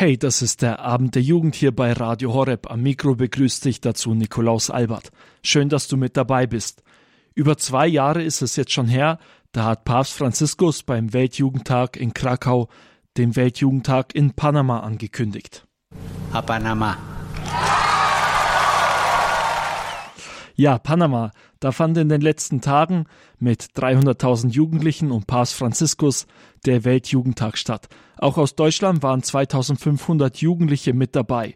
Hey, das ist der Abend der Jugend hier bei Radio Horeb. Am Mikro begrüßt dich dazu Nikolaus Albert. Schön, dass du mit dabei bist. Über 2 Jahre ist es jetzt schon her, da hat Papst Franziskus beim Weltjugendtag in Krakau den Weltjugendtag in Panama angekündigt. A Panama. Ja, Panama. Da fand in den letzten Tagen mit 300.000 Jugendlichen und Papst Franziskus der Weltjugendtag statt. Auch aus Deutschland waren 2.500 Jugendliche mit dabei.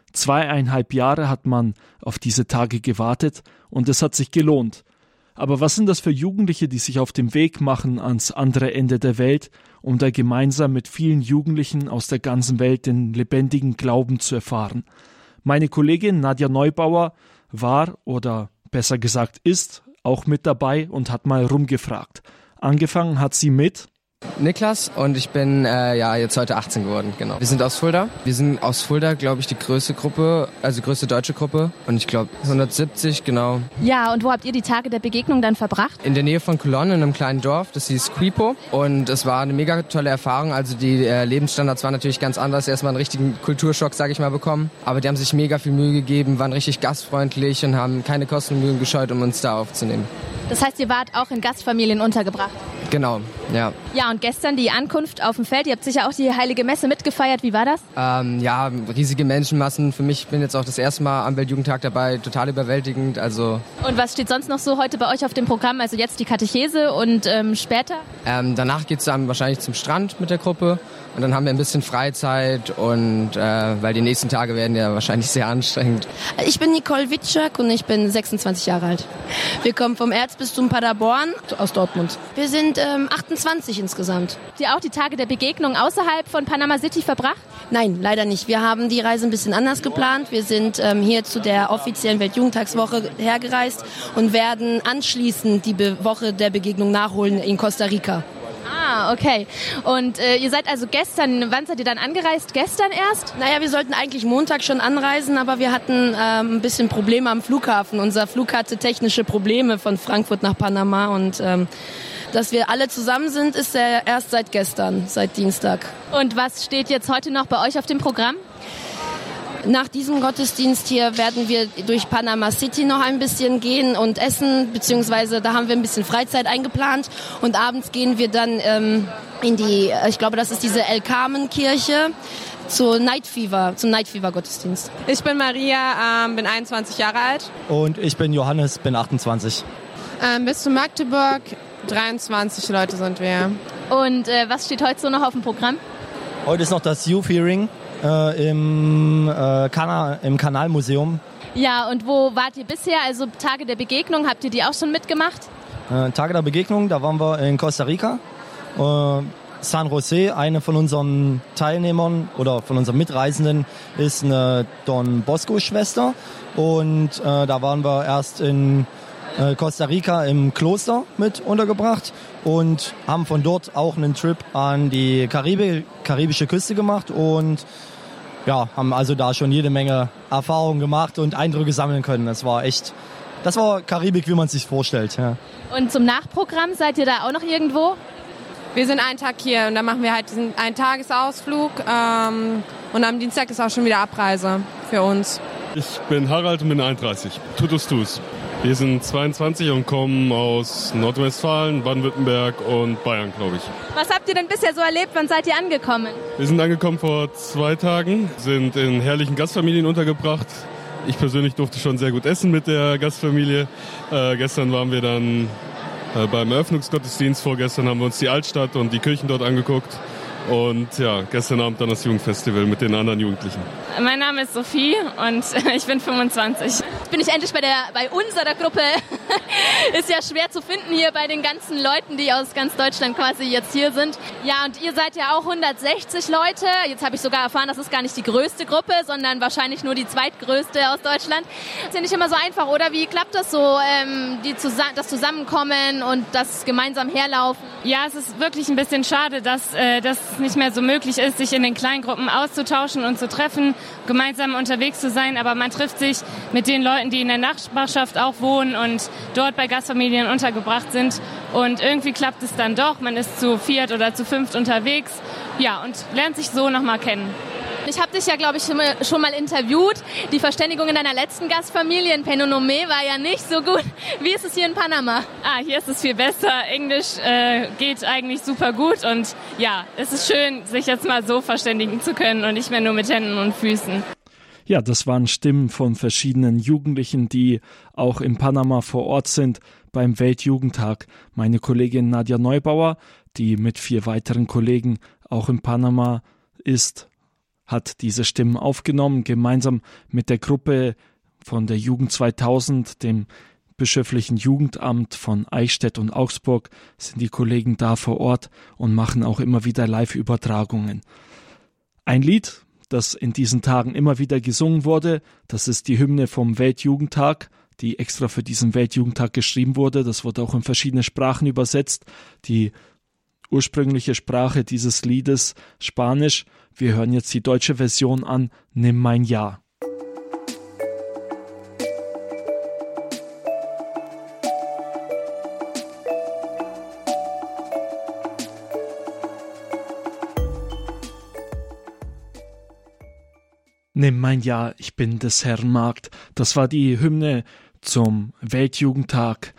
2,5 Jahre hat man auf diese Tage gewartet und es hat sich gelohnt. Aber was sind das für Jugendliche, die sich auf den Weg machen ans andere Ende der Welt, um da gemeinsam mit vielen Jugendlichen aus der ganzen Welt den lebendigen Glauben zu erfahren? Meine Kollegin Nadja Neubauer war, oder besser gesagt ist, auch mit dabei und hat mal rumgefragt. Angefangen hat sie mit Niklas und ich bin jetzt heute 18 geworden, genau. Wir sind aus Fulda. Wir sind aus Fulda, glaube ich, die größte Gruppe, also größte deutsche Gruppe. Und ich glaube 170, genau. Ja, und wo habt ihr die Tage der Begegnung dann verbracht? In der Nähe von Cologne, in einem kleinen Dorf, das hieß Quipo. Und es war eine mega tolle Erfahrung. Also die Lebensstandards waren natürlich ganz anders. Erstmal einen richtigen Kulturschock, sage ich mal, bekommen. Aber die haben sich mega viel Mühe gegeben, waren richtig gastfreundlich und haben keine Kosten und Mühen gescheut, um uns da aufzunehmen. Das heißt, ihr wart auch in Gastfamilien untergebracht? Genau, ja. Ja, und gestern die Ankunft auf dem Feld. Ihr habt sicher auch die Heilige Messe mitgefeiert. Wie war das? Riesige Menschenmassen. Für mich, ich bin jetzt auch das erste Mal am Weltjugendtag dabei. Total überwältigend. Also. Und was steht sonst noch so heute bei euch auf dem Programm? Also jetzt die Katechese und später? Danach geht's dann wahrscheinlich zum Strand mit der Gruppe. Und dann haben wir ein bisschen Freizeit und weil die nächsten Tage werden ja wahrscheinlich sehr anstrengend. Ich bin Nicole Witschak und ich bin 26 Jahre alt. Wir kommen vom Erzbistum Paderborn aus Dortmund. Wir sind 28 insgesamt. Habt ihr auch die Tage der Begegnung außerhalb von Panama City verbracht? Nein, leider nicht. Wir haben die Reise ein bisschen anders geplant. Wir sind hier zu der offiziellen Weltjugendtagswoche hergereist und werden anschließend die Woche der Begegnung nachholen in Costa Rica. Ah, okay. Und ihr seid also gestern, wann seid ihr dann angereist? Gestern erst? Naja, wir sollten eigentlich Montag schon anreisen, aber wir hatten ein bisschen Probleme am Flughafen. Unser Flug hatte technische Probleme von Frankfurt nach Panama und dass wir alle zusammen sind, ist ja erst seit gestern, seit Dienstag. Und was steht jetzt heute noch bei euch auf dem Programm? Nach diesem Gottesdienst hier werden wir durch Panama City noch ein bisschen gehen und essen, beziehungsweise da haben wir ein bisschen Freizeit eingeplant und abends gehen wir dann in die, ich glaube, das ist diese El Carmen Kirche, zum Night Fever Gottesdienst. Ich bin Maria, bin 21 Jahre alt. Und ich bin Johannes, bin 28. Bis zu Magdeburg, 23 Leute sind wir. Und was steht heute so noch auf dem Programm? Heute ist noch das Youth Hearing im Kanalmuseum. Ja, und wo wart ihr bisher? Also Tage der Begegnung, habt ihr die auch schon mitgemacht? Tage der Begegnung, da waren wir in Costa Rica. San Jose, eine von unseren Teilnehmern oder von unseren Mitreisenden ist eine Don Bosco-Schwester. Und da waren wir erst in Costa Rica im Kloster mit untergebracht und haben von dort auch einen Trip an die karibische Küste gemacht und ja, haben also da schon jede Menge Erfahrungen gemacht und Eindrücke sammeln können. Das war Karibik, wie man es sich vorstellt. Ja. Und zum Nachprogramm seid ihr da auch noch irgendwo? Wir sind einen Tag hier und dann machen wir halt diesen einen Tagesausflug und am Dienstag ist auch schon wieder Abreise für uns. Ich bin Harald und bin 31. Tutus tus. Wir sind 22 und kommen aus Nordrhein-Westfalen, Baden-Württemberg und Bayern, glaube ich. Was habt ihr denn bisher so erlebt? Wann seid ihr angekommen? Wir sind angekommen vor 2 Tagen, sind in herrlichen Gastfamilien untergebracht. Ich persönlich durfte schon sehr gut essen mit der Gastfamilie. Gestern waren wir dann beim Eröffnungsgottesdienst. Vorgestern haben wir uns die Altstadt und die Kirchen dort angeguckt. Und ja, gestern Abend dann das Jugendfestival mit den anderen Jugendlichen. Mein Name ist Sophie und ich bin 25. Jetzt bin ich endlich bei unserer Gruppe. Ist ja schwer zu finden hier bei den ganzen Leuten, die aus ganz Deutschland quasi jetzt hier sind. Ja, und ihr seid ja auch 160 Leute. Jetzt habe ich sogar erfahren, das ist gar nicht die größte Gruppe, sondern wahrscheinlich nur die zweitgrößte aus Deutschland. Ist ja nicht immer so einfach, oder? Wie klappt das so, das Zusammenkommen und das gemeinsam herlaufen? Ja, es ist wirklich ein bisschen schade, dass das nicht mehr so möglich ist, sich in den kleinen Gruppen auszutauschen und zu treffen, gemeinsam unterwegs zu sein. Aber man trifft sich mit den Leuten, die in der Nachbarschaft auch wohnen und dort bei Gastfamilien untergebracht sind. Und irgendwie klappt es dann doch. Man ist zu 4 oder zu 5 unterwegs. Ja, und lernt sich so nochmal kennen. Ich habe dich ja, glaube ich, schon mal interviewt. Die Verständigung in deiner letzten Gastfamilie in Penonomé war ja nicht so gut. Wie ist es hier in Panama? Hier ist es viel besser. Englisch geht eigentlich super gut. Und ja, es ist schön, sich jetzt mal so verständigen zu können und nicht mehr nur mit Händen und Füßen. Ja, das waren Stimmen von verschiedenen Jugendlichen, die auch in Panama vor Ort sind beim Weltjugendtag. Meine Kollegin Nadja Neubauer, die mit 4 weiteren Kollegen auch in Panama ist, hat diese Stimmen aufgenommen. Gemeinsam mit der Gruppe von der Jugend 2000, dem bischöflichen Jugendamt von Eichstätt und Augsburg, sind die Kollegen da vor Ort und machen auch immer wieder Live-Übertragungen. Ein Lied, das in diesen Tagen immer wieder gesungen wurde, das ist die Hymne vom Weltjugendtag, die extra für diesen Weltjugendtag geschrieben wurde. Das wurde auch in verschiedene Sprachen übersetzt. Die ursprüngliche Sprache dieses Liedes, Spanisch. Wir hören jetzt die deutsche Version an, Nimm mein Ja. Nimm mein Ja, ich bin des Herrn Magd. Das war die Hymne zum Weltjugendtag.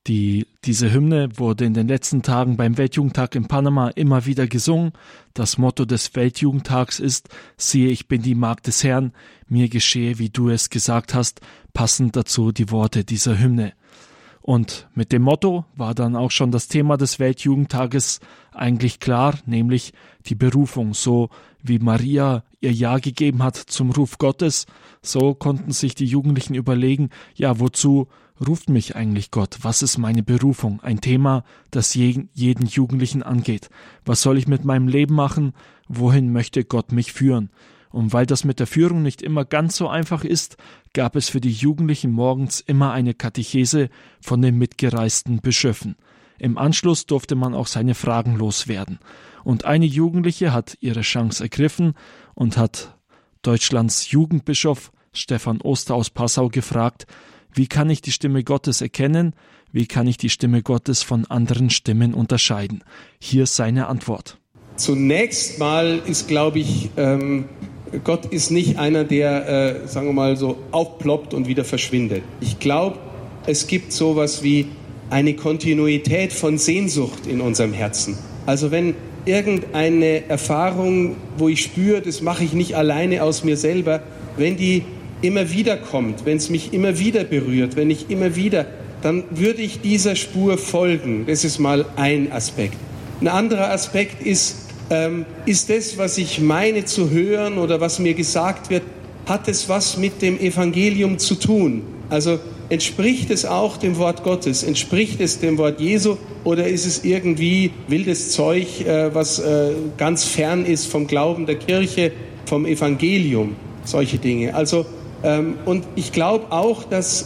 Diese Hymne wurde in den letzten Tagen beim Weltjugendtag in Panama immer wieder gesungen. Das Motto des Weltjugendtags ist: Siehe, ich bin die Magd des Herrn, mir geschehe, wie du es gesagt hast, passend dazu die Worte dieser Hymne. Und mit dem Motto war dann auch schon das Thema des Weltjugendtages eigentlich klar, nämlich die Berufung. So wie Maria ihr Ja gegeben hat zum Ruf Gottes, so konnten sich die Jugendlichen überlegen, ja, wozu ruft mich eigentlich Gott? Was ist meine Berufung? Ein Thema, das jeden Jugendlichen angeht. Was soll ich mit meinem Leben machen? Wohin möchte Gott mich führen? Und weil das mit der Führung nicht immer ganz so einfach ist, gab es für die Jugendlichen morgens immer eine Katechese von den mitgereisten Bischöfen. Im Anschluss durfte man auch seine Fragen loswerden. Und eine Jugendliche hat ihre Chance ergriffen und hat Deutschlands Jugendbischof Stefan Oster aus Passau gefragt: Wie kann ich die Stimme Gottes erkennen? Wie kann ich die Stimme Gottes von anderen Stimmen unterscheiden? Hier ist seine Antwort. Zunächst mal ist, glaube ich, Gott ist nicht einer, der, sagen wir mal, so aufploppt und wieder verschwindet. Ich glaube, es gibt sowas wie eine Kontinuität von Sehnsucht in unserem Herzen. Also wenn irgendeine Erfahrung, wo ich spüre, das mache ich nicht alleine aus mir selber, wenn die immer wieder kommt, wenn es mich immer wieder berührt, wenn ich immer wieder, dann würde ich dieser Spur folgen. Das ist mal ein Aspekt. Ein anderer Aspekt ist das, was ich meine zu hören oder was mir gesagt wird, hat es was mit dem Evangelium zu tun? Also entspricht es auch dem Wort Gottes? Entspricht es dem Wort Jesu? Oder ist es irgendwie wildes Zeug, was ganz fern ist vom Glauben der Kirche, vom Evangelium? Solche Dinge. Also und ich glaube auch, dass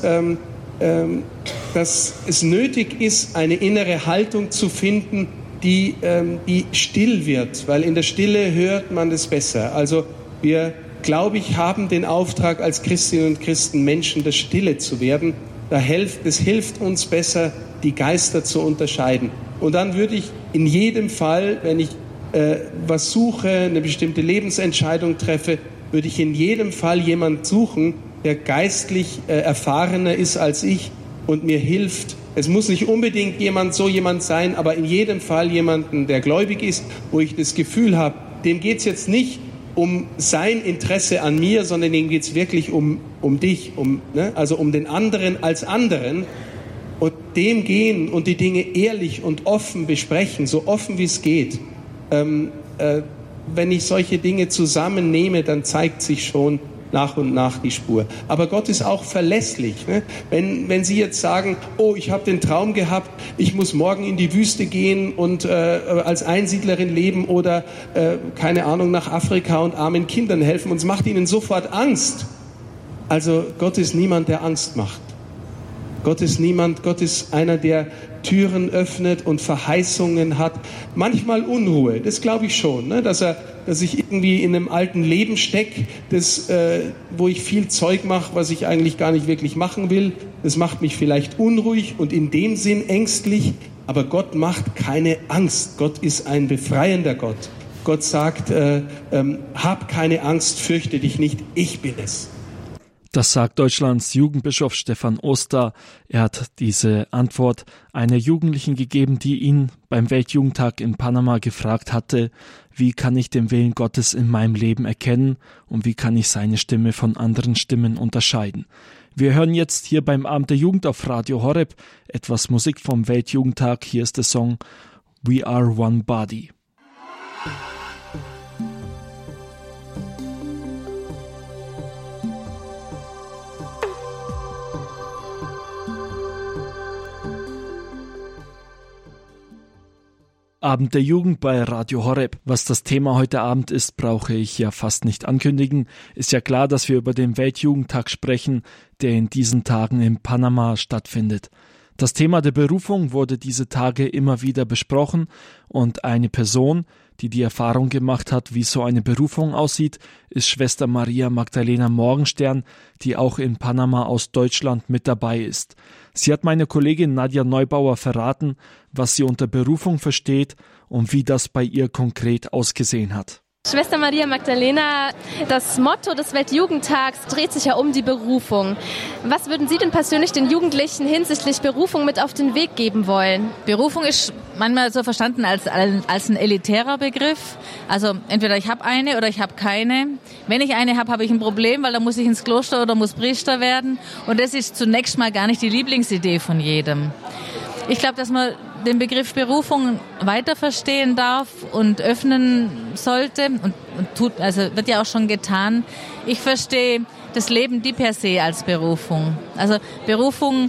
es nötig ist, eine innere Haltung zu finden, die still wird, weil in der Stille hört man es besser. Also wir, glaube ich, haben den Auftrag als Christinnen und Christen, Menschen der Stille zu werden. Das hilft uns besser, die Geister zu unterscheiden. Und dann würde ich in jedem Fall, wenn ich was suche, eine bestimmte Lebensentscheidung treffe, würde ich in jedem Fall jemanden suchen, der geistlich erfahrener ist als ich und mir hilft. Es muss nicht unbedingt jemand sein, aber in jedem Fall jemanden, der gläubig ist, wo ich das Gefühl habe, dem geht es jetzt nicht um sein Interesse an mir, sondern dem geht es wirklich um dich, also um den anderen als anderen. Und dem gehen und die Dinge ehrlich und offen besprechen, so offen wie es geht. Wenn ich solche Dinge zusammennehme, dann zeigt sich schon nach und nach die Spur. Aber Gott ist auch verlässlich. Ne? Wenn Sie jetzt sagen, oh, ich habe den Traum gehabt, ich muss morgen in die Wüste gehen und als Einsiedlerin leben oder, keine Ahnung, nach Afrika und armen Kindern helfen und es macht Ihnen sofort Angst. Also Gott ist niemand, der Angst macht. Gott ist einer, der Türen öffnet und Verheißungen hat. Manchmal Unruhe, das glaube ich schon, ne? Dass ich irgendwie in einem alten Leben stecke, wo ich viel Zeug mache, was ich eigentlich gar nicht wirklich machen will. Das macht mich vielleicht unruhig und in dem Sinn ängstlich, aber Gott macht keine Angst. Gott ist ein befreiender Gott. Gott sagt, hab keine Angst, fürchte dich nicht, ich bin es. Das sagt Deutschlands Jugendbischof Stefan Oster. Er hat diese Antwort einer Jugendlichen gegeben, die ihn beim Weltjugendtag in Panama gefragt hatte, wie kann ich den Willen Gottes in meinem Leben erkennen und wie kann ich seine Stimme von anderen Stimmen unterscheiden. Wir hören jetzt hier beim Abend der Jugend auf Radio Horeb etwas Musik vom Weltjugendtag. Hier ist der Song We Are One Body. Abend der Jugend bei Radio Horeb. Was das Thema heute Abend ist, brauche ich ja fast nicht ankündigen. Ist ja klar, dass wir über den Weltjugendtag sprechen, der in diesen Tagen in Panama stattfindet. Das Thema der Berufung wurde diese Tage immer wieder besprochen und eine Person, die die Erfahrung gemacht hat, wie so eine Berufung aussieht, ist Schwester Maria Magdalena Morgenstern, die auch in Panama aus Deutschland mit dabei ist. Sie hat meine Kollegin Nadja Neubauer verraten, was sie unter Berufung versteht und wie das bei ihr konkret ausgesehen hat. Schwester Maria Magdalena, das Motto des Weltjugendtags dreht sich ja um die Berufung. Was würden Sie denn persönlich den Jugendlichen hinsichtlich Berufung mit auf den Weg geben wollen? Berufung ist manchmal so verstanden als ein elitärer Begriff. Also entweder ich habe eine oder ich habe keine. Wenn ich eine habe, habe ich ein Problem, weil dann muss ich ins Kloster oder muss Priester werden. Und das ist zunächst mal gar nicht die Lieblingsidee von jedem. Ich glaube, dass man den Begriff Berufung weiter verstehen darf und öffnen sollte und tut, also wird ja auch schon getan. Ich verstehe das Leben die per se als Berufung. Also Berufung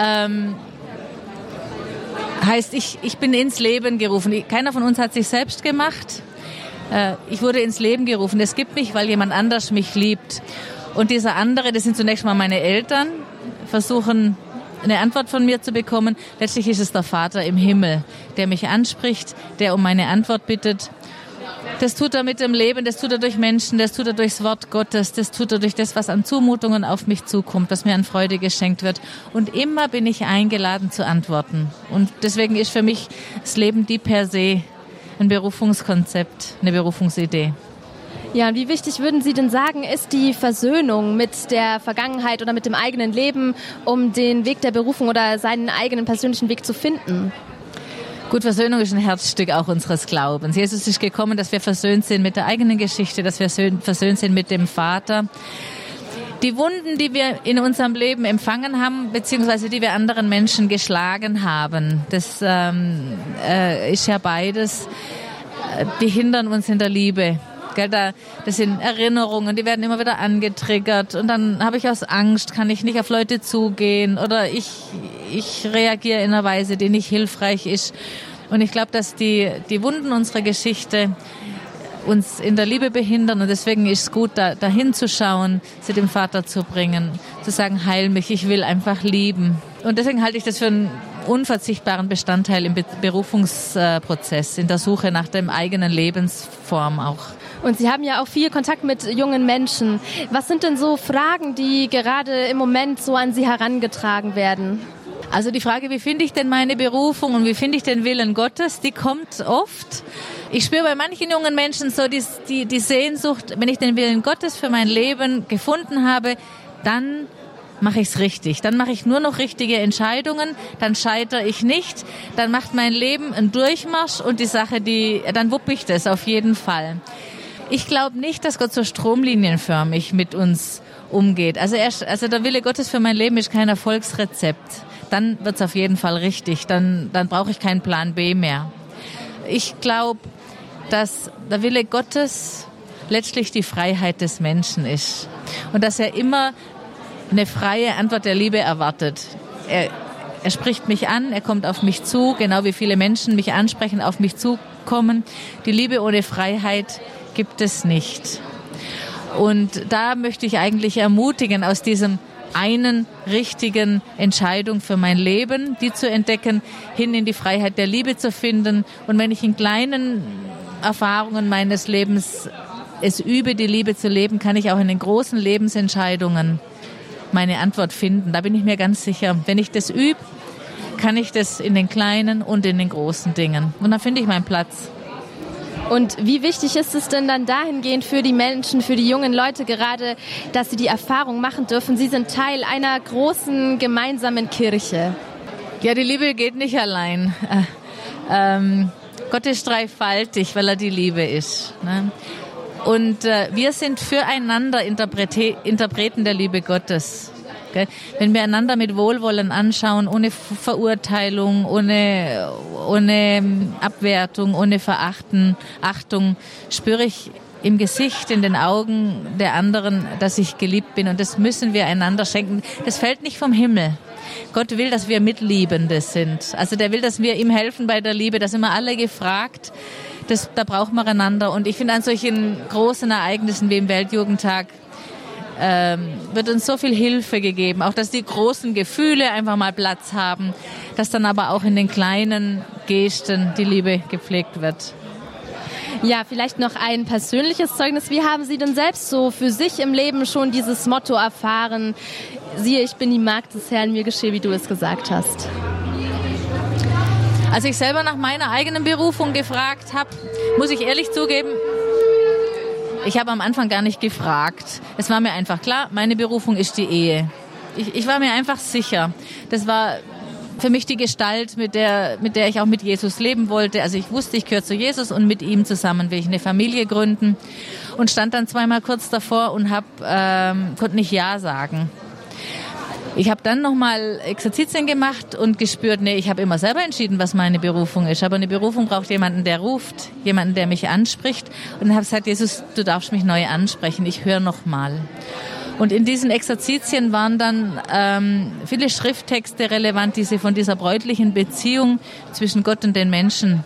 heißt, ich bin ins Leben gerufen. Keiner von uns hat sich selbst gemacht. Ich wurde ins Leben gerufen. Es gibt mich, weil jemand anders mich liebt. Und dieser andere, das sind zunächst mal meine Eltern, versuchen eine Antwort von mir zu bekommen. Letztlich ist es der Vater im Himmel, der mich anspricht, der um meine Antwort bittet. Das tut er mit dem Leben, das tut er durch Menschen, das tut er durchs Wort Gottes, das tut er durch das, was an Zumutungen auf mich zukommt, was mir an Freude geschenkt wird. Und immer bin ich eingeladen zu antworten. Und deswegen ist für mich das Leben die per se ein Berufungskonzept, eine Berufungsidee. Ja, und wie wichtig würden Sie denn sagen, ist die Versöhnung mit der Vergangenheit oder mit dem eigenen Leben, um den Weg der Berufung oder seinen eigenen persönlichen Weg zu finden? Gut, Versöhnung ist ein Herzstück auch unseres Glaubens. Jesus ist gekommen, dass wir versöhnt sind mit der eigenen Geschichte, dass wir versöhnt sind mit dem Vater. Die Wunden, die wir in unserem Leben empfangen haben, beziehungsweise die wir anderen Menschen geschlagen haben, das ist ja beides, die hindern uns in der Liebe. Das sind Erinnerungen, die werden immer wieder angetriggert und dann habe ich aus Angst, kann ich nicht auf Leute zugehen oder ich reagiere in einer Weise, die nicht hilfreich ist. Und ich glaube, dass die Wunden unserer Geschichte uns in der Liebe behindern und deswegen ist es gut, da hinzuschauen, sie dem Vater zu bringen, zu sagen, heil mich, ich will einfach lieben. Und deswegen halte ich das für einen unverzichtbaren Bestandteil im Berufungsprozess, in der Suche nach der eigenen Lebensform auch. Und Sie haben ja auch viel Kontakt mit jungen Menschen. Was sind denn so Fragen, die gerade im Moment so an Sie herangetragen werden? Also die Frage, wie finde ich denn meine Berufung und wie finde ich den Willen Gottes, die kommt oft. Ich spüre bei manchen jungen Menschen so die Sehnsucht, wenn ich den Willen Gottes für mein Leben gefunden habe, dann mache ich es richtig. Dann mache ich nur noch richtige Entscheidungen, dann scheitere ich nicht, dann macht mein Leben einen Durchmarsch und die Sache, dann wupp ich das auf jeden Fall. Ich glaube nicht, dass Gott so stromlinienförmig mit uns umgeht. Also der Wille Gottes für mein Leben ist kein Erfolgsrezept. Dann wird's auf jeden Fall richtig. Dann brauche ich keinen Plan B mehr. Ich glaube, dass der Wille Gottes letztlich die Freiheit des Menschen ist. Und dass er immer eine freie Antwort der Liebe erwartet. Er spricht mich an, er kommt auf mich zu, genau wie viele Menschen mich ansprechen, auf mich zukommen. Die Liebe ohne Freiheit gibt es nicht. Und da möchte ich eigentlich ermutigen, aus diesem einen richtigen Entscheidung für mein Leben, die zu entdecken, hin in die Freiheit der Liebe zu finden. Und wenn ich in kleinen Erfahrungen meines Lebens es übe, die Liebe zu leben, kann ich auch in den großen Lebensentscheidungen meine Antwort finden. Da bin ich mir ganz sicher. Wenn ich das übe, kann ich das in den kleinen und in den großen Dingen. Und dann finde ich meinen Platz. Und wie wichtig ist es denn dann dahingehend für die Menschen, für die jungen Leute gerade, dass sie die Erfahrung machen dürfen, sie sind Teil einer großen gemeinsamen Kirche? Ja, die Liebe geht nicht allein. Gott ist dreifaltig, weil er die Liebe ist. Ne? Und wir sind füreinander Interpreten der Liebe Gottes. Okay? Wenn wir einander mit Wohlwollen anschauen, ohne Verurteilung, ohne Abwertung, ohne Achtung, spüre ich im Gesicht, in den Augen der anderen, dass ich geliebt bin. Und das müssen wir einander schenken. Das fällt nicht vom Himmel. Gott will, dass wir Mitliebende sind. Also der will, dass wir ihm helfen bei der Liebe. Da sind wir alle gefragt. Da brauchen wir einander. Und ich finde, an solchen großen Ereignissen wie im Weltjugendtag wird uns so viel Hilfe gegeben. Auch, dass die großen Gefühle einfach mal Platz haben. Dass dann aber auch in den kleinen Gesten die Liebe gepflegt wird. Ja, vielleicht noch ein persönliches Zeugnis. Wie haben Sie denn selbst so für sich im Leben schon dieses Motto erfahren? Siehe, ich bin die Magd des Herrn, mir geschehe, wie du es gesagt hast. Als ich selber nach meiner eigenen Berufung gefragt habe, muss ich ehrlich zugeben, ich habe am Anfang gar nicht gefragt. Es war mir einfach klar, meine Berufung ist die Ehe. Ich war mir einfach sicher. Das war für mich die Gestalt, mit der ich auch mit Jesus leben wollte. Also ich wusste, ich gehöre zu Jesus und mit ihm zusammen will ich eine Familie gründen. Und stand dann zweimal kurz davor und konnte nicht Ja sagen. Ich habe dann nochmal Exerzitien gemacht und gespürt, ich habe immer selber entschieden, was meine Berufung ist. Aber eine Berufung braucht jemanden, der ruft, jemanden, der mich anspricht. Und dann habe ich gesagt, Jesus, du darfst mich neu ansprechen, ich höre nochmal. Und in diesen Exerzitien waren dann viele Schrifttexte relevant, die sie von dieser bräutlichen Beziehung zwischen Gott und den Menschen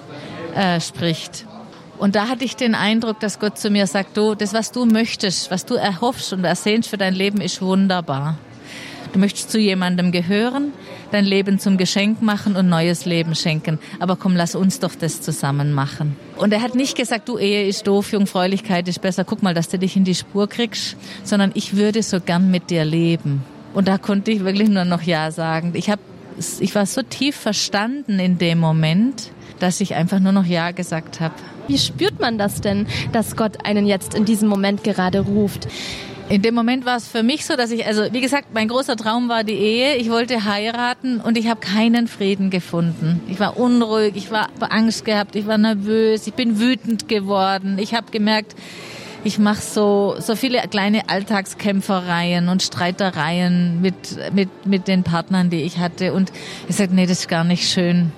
spricht. Und da hatte ich den Eindruck, dass Gott zu mir sagt, das, was du möchtest, was du erhoffst und ersehnst für dein Leben, ist wunderbar. Du möchtest zu jemandem gehören, dein Leben zum Geschenk machen und neues Leben schenken. Aber komm, lass uns doch das zusammen machen. Und er hat nicht gesagt, du, Ehe ist doof, Jungfräulichkeit ist besser, guck mal, dass du dich in die Spur kriegst, sondern ich würde so gern mit dir leben. Und da konnte ich wirklich nur noch Ja sagen. Ich war so tief verstanden in dem Moment, dass ich einfach nur noch Ja gesagt habe. Wie spürt man das denn, dass Gott einen jetzt in diesem Moment gerade ruft? In dem Moment war es für mich so, dass wie gesagt, mein großer Traum war die Ehe. Ich wollte heiraten und ich habe keinen Frieden gefunden. Ich war unruhig, ich war Angst gehabt, ich war nervös, ich bin wütend geworden. Ich habe gemerkt, ich mache so viele kleine Alltagskämpfereien und Streitereien mit den Partnern, die ich hatte. Und ich sagte, das ist gar nicht schön.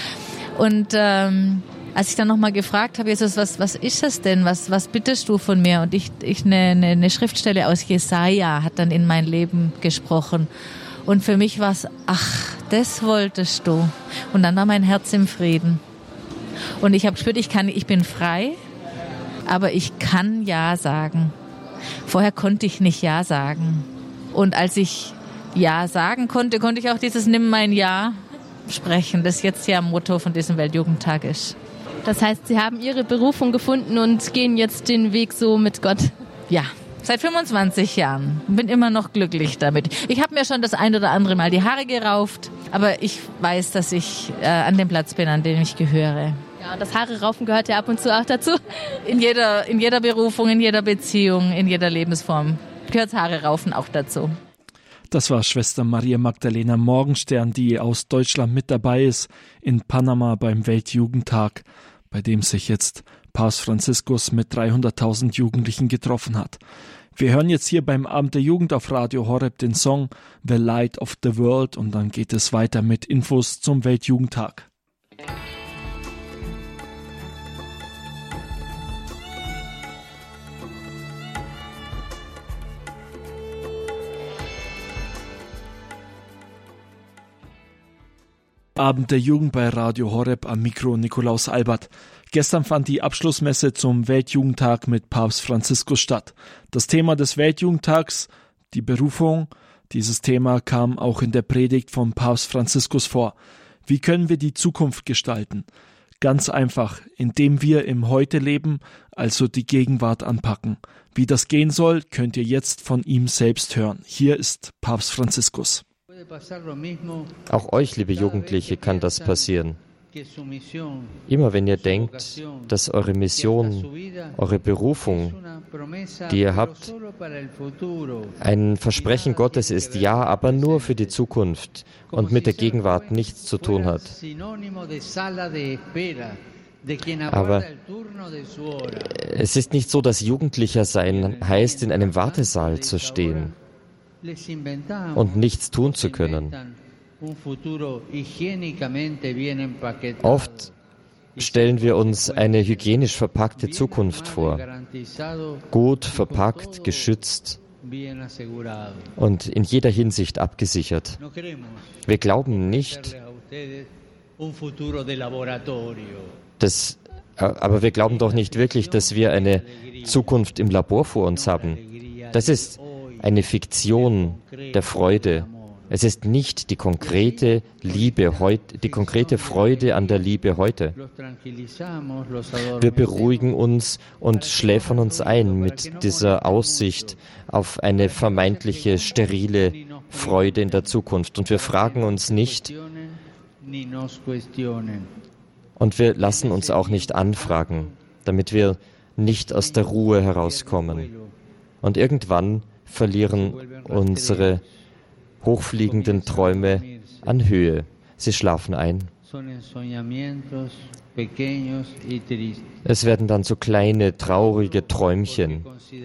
Und als ich dann nochmal gefragt habe, Jesus, was ist das denn? Was bittest du von mir? Und eine Schriftstelle aus Jesaja hat dann in mein Leben gesprochen. Und für mich war es, das wolltest du. Und dann war mein Herz im Frieden. Und ich habe gespürt, ich bin frei, aber ich kann Ja sagen. Vorher konnte ich nicht Ja sagen. Und als ich Ja sagen konnte ich auch dieses Nimm mein Ja sprechen, das jetzt ja Motto von diesem Weltjugendtag ist. Das heißt, Sie haben Ihre Berufung gefunden und gehen jetzt den Weg so mit Gott? Ja, seit 25 Jahren. Bin immer noch glücklich damit. Ich habe mir schon das ein oder andere Mal die Haare gerauft, aber ich weiß, dass ich an dem Platz bin, an dem ich gehöre. Ja, das Haare raufen gehört ja ab und zu auch dazu. In jeder Berufung, in jeder Beziehung, in jeder Lebensform gehört Haare raufen auch dazu. Das war Schwester Maria Magdalena Morgenstern, die aus Deutschland mit dabei ist in Panama beim Weltjugendtag, bei dem sich jetzt Papst Franziskus mit 300.000 Jugendlichen getroffen hat. Wir hören jetzt hier beim Abend der Jugend auf Radio Horeb den Song The Light of the World und dann geht es weiter mit Infos zum Weltjugendtag. Abend der Jugend bei Radio Horeb, am Mikro Nikolaus Albert. Gestern fand die Abschlussmesse zum Weltjugendtag mit Papst Franziskus statt. Das Thema des Weltjugendtags, die Berufung, dieses Thema kam auch in der Predigt von Papst Franziskus vor. Wie können wir die Zukunft gestalten? Ganz einfach, indem wir im Heute leben, also die Gegenwart anpacken. Wie das gehen soll, könnt ihr jetzt von ihm selbst hören. Hier ist Papst Franziskus. Auch euch, liebe Jugendliche, kann das passieren. Immer wenn ihr denkt, dass eure Mission, eure Berufung, die ihr habt, ein Versprechen Gottes ist, ja, aber nur für die Zukunft und mit der Gegenwart nichts zu tun hat. Aber es ist nicht so, dass Jugendlicher sein heißt, in einem Wartesaal zu stehen und nichts tun zu können. Oft stellen wir uns eine hygienisch verpackte Zukunft vor, gut verpackt, geschützt und in jeder Hinsicht abgesichert. Wir glauben nicht, aber wir glauben doch nicht wirklich, dass wir eine Zukunft im Labor vor uns haben. Das ist eine Fiktion der Freude. Es ist nicht die konkrete Liebe heute, die konkrete Freude an der Liebe heute. Wir beruhigen uns und schläfern uns ein mit dieser Aussicht auf eine vermeintliche, sterile Freude in der Zukunft. Und wir fragen uns nicht und wir lassen uns auch nicht anfragen, damit wir nicht aus der Ruhe herauskommen. Und irgendwann verlieren unsere hochfliegenden Träume an Höhe. Sie schlafen ein. Es werden dann so kleine, traurige Träumchen.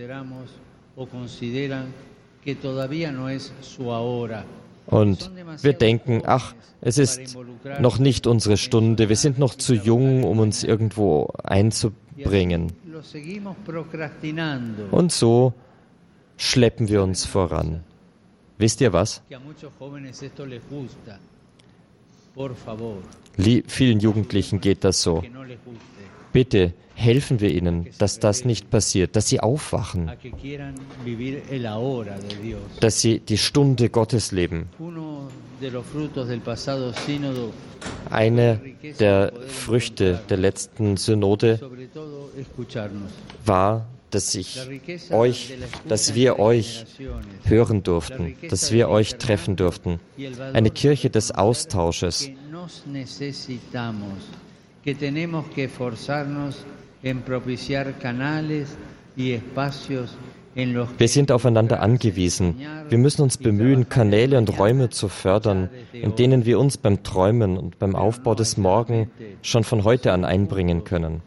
Und wir denken, ach, es ist noch nicht unsere Stunde, wir sind noch zu jung, um uns irgendwo einzubringen. Und so schleppen wir uns voran. Wisst ihr was? Vielen Jugendlichen geht das so. Bitte helfen wir ihnen, dass das nicht passiert, dass sie aufwachen, dass sie die Stunde Gottes leben. Eine der Früchte der letzten Synode war, dass wir euch hören durften, dass wir euch treffen durften. Eine Wir sind aufeinander angewiesen. Wir müssen uns bemühen, Kanäle und Räume zu fördern, in denen wir uns beim Träumen und beim Aufbau des Morgen schon von heute an einbringen können.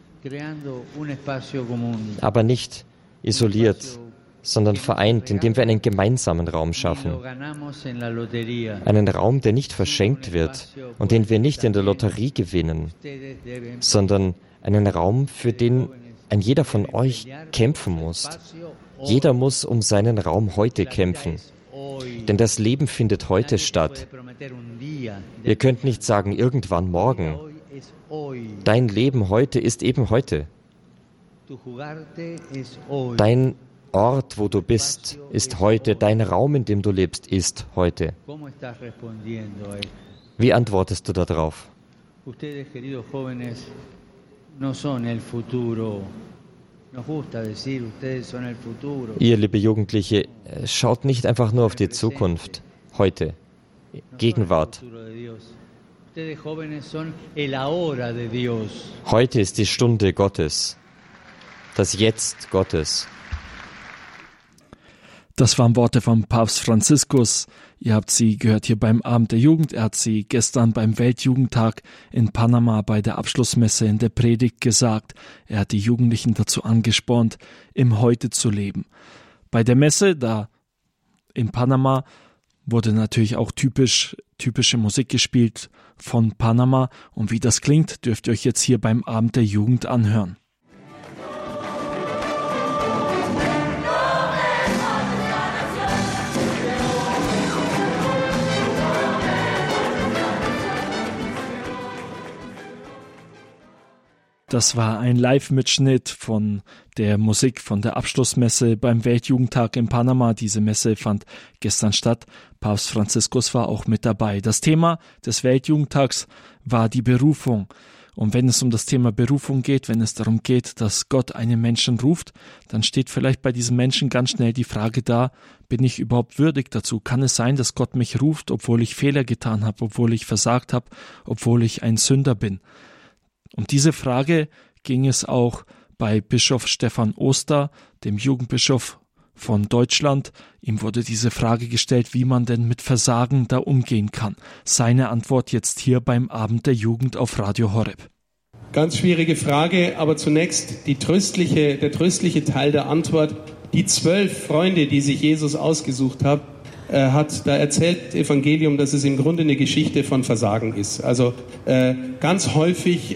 Aber nicht isoliert, sondern vereint, indem wir einen gemeinsamen Raum schaffen. Einen Raum, der nicht verschenkt wird und den wir nicht in der Lotterie gewinnen, sondern einen Raum, für den ein jeder von euch kämpfen muss. Jeder muss um seinen Raum heute kämpfen. Denn das Leben findet heute statt. Ihr könnt nicht sagen, irgendwann morgen. Dein Leben heute ist eben heute. Dein Ort, wo du bist, ist heute. Dein Raum, in dem du lebst, ist heute. Wie antwortest du darauf? Ihr, liebe Jugendliche, schaut nicht einfach nur auf die Zukunft, heute, Gegenwart. Heute ist die Stunde Gottes, das Jetzt Gottes. Das waren Worte von Papst Franziskus. Ihr habt sie gehört hier beim Abend der Jugend. Er hat sie gestern beim Weltjugendtag in Panama bei der Abschlussmesse in der Predigt gesagt. Er hat die Jugendlichen dazu angespornt, im Heute zu leben. Bei der Messe da in Panama wurde natürlich auch typische Musik gespielt von Panama. Und wie das klingt, dürft ihr euch jetzt hier beim Abend der Jugend anhören. Das war ein Live-Mitschnitt von der Musik von der Abschlussmesse beim Weltjugendtag in Panama. Diese Messe fand gestern statt. Papst Franziskus war auch mit dabei. Das Thema des Weltjugendtags war die Berufung. Und wenn es um das Thema Berufung geht, wenn es darum geht, dass Gott einen Menschen ruft, dann steht vielleicht bei diesem Menschen ganz schnell die Frage da, bin ich überhaupt würdig dazu? Kann es sein, dass Gott mich ruft, obwohl ich Fehler getan habe, obwohl ich versagt habe, obwohl ich ein Sünder bin? Um diese Frage ging es auch bei Bischof Stefan Oster, dem Jugendbischof von Deutschland. Ihm wurde diese Frage gestellt, wie man denn mit Versagen da umgehen kann. Seine Antwort jetzt hier beim Abend der Jugend auf Radio Horeb. Ganz schwierige Frage, aber zunächst der tröstliche Teil der Antwort. Die 12 Freunde, die sich Jesus ausgesucht hat, da erzählt das Evangelium, dass es im Grunde eine Geschichte von Versagen ist. Also ganz häufig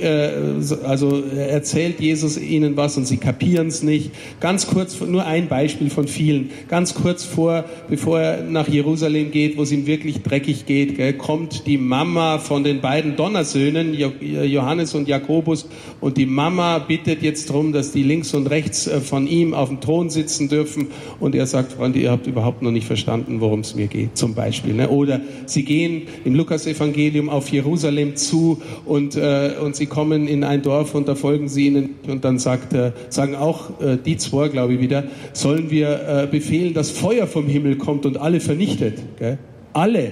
erzählt Jesus ihnen was und sie kapieren es nicht. Ganz kurz, nur ein Beispiel von vielen, ganz kurz bevor er nach Jerusalem geht, wo es ihm wirklich dreckig geht, kommt die Mama von den beiden Donnersöhnen, Johannes und Jakobus, und die Mama bittet jetzt darum, dass die links und rechts von ihm auf dem Thron sitzen dürfen, und er sagt, Freunde, ihr habt überhaupt noch nicht verstanden, worum es mir geht, zum Beispiel. Ne? Oder sie gehen im Lukas-Evangelium auf Jerusalem zu und sie kommen in ein Dorf und da folgen sie ihnen, und dann sagen auch die zwei, glaube ich wieder, sollen wir befehlen, dass Feuer vom Himmel kommt und alle vernichtet. Gell? Alle.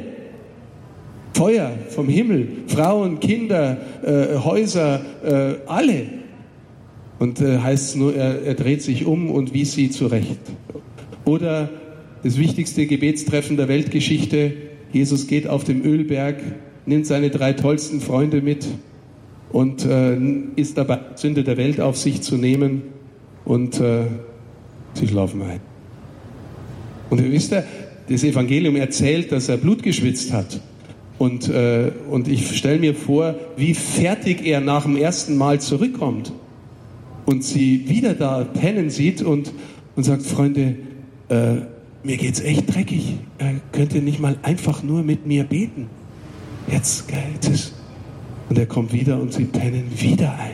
Feuer vom Himmel, Frauen, Kinder, Häuser, alle. Und heißt es nur, er dreht sich um und wies sie zurecht. Oder das wichtigste Gebetstreffen der Weltgeschichte, Jesus geht auf dem Ölberg, nimmt seine 3 tollsten Freunde mit und ist dabei, Sünde der Welt auf sich zu nehmen, und sie schlafen ein. Und ihr wisst, das Evangelium erzählt, dass er Blut geschwitzt hat. Und ich stelle mir vor, wie fertig er nach dem ersten Mal zurückkommt und sie wieder da pennen sieht und sagt, Freunde, mir geht's echt dreckig. Könnt ihr nicht mal einfach nur mit mir beten? Jetzt, gell, und er kommt wieder und sie pennen wieder ein.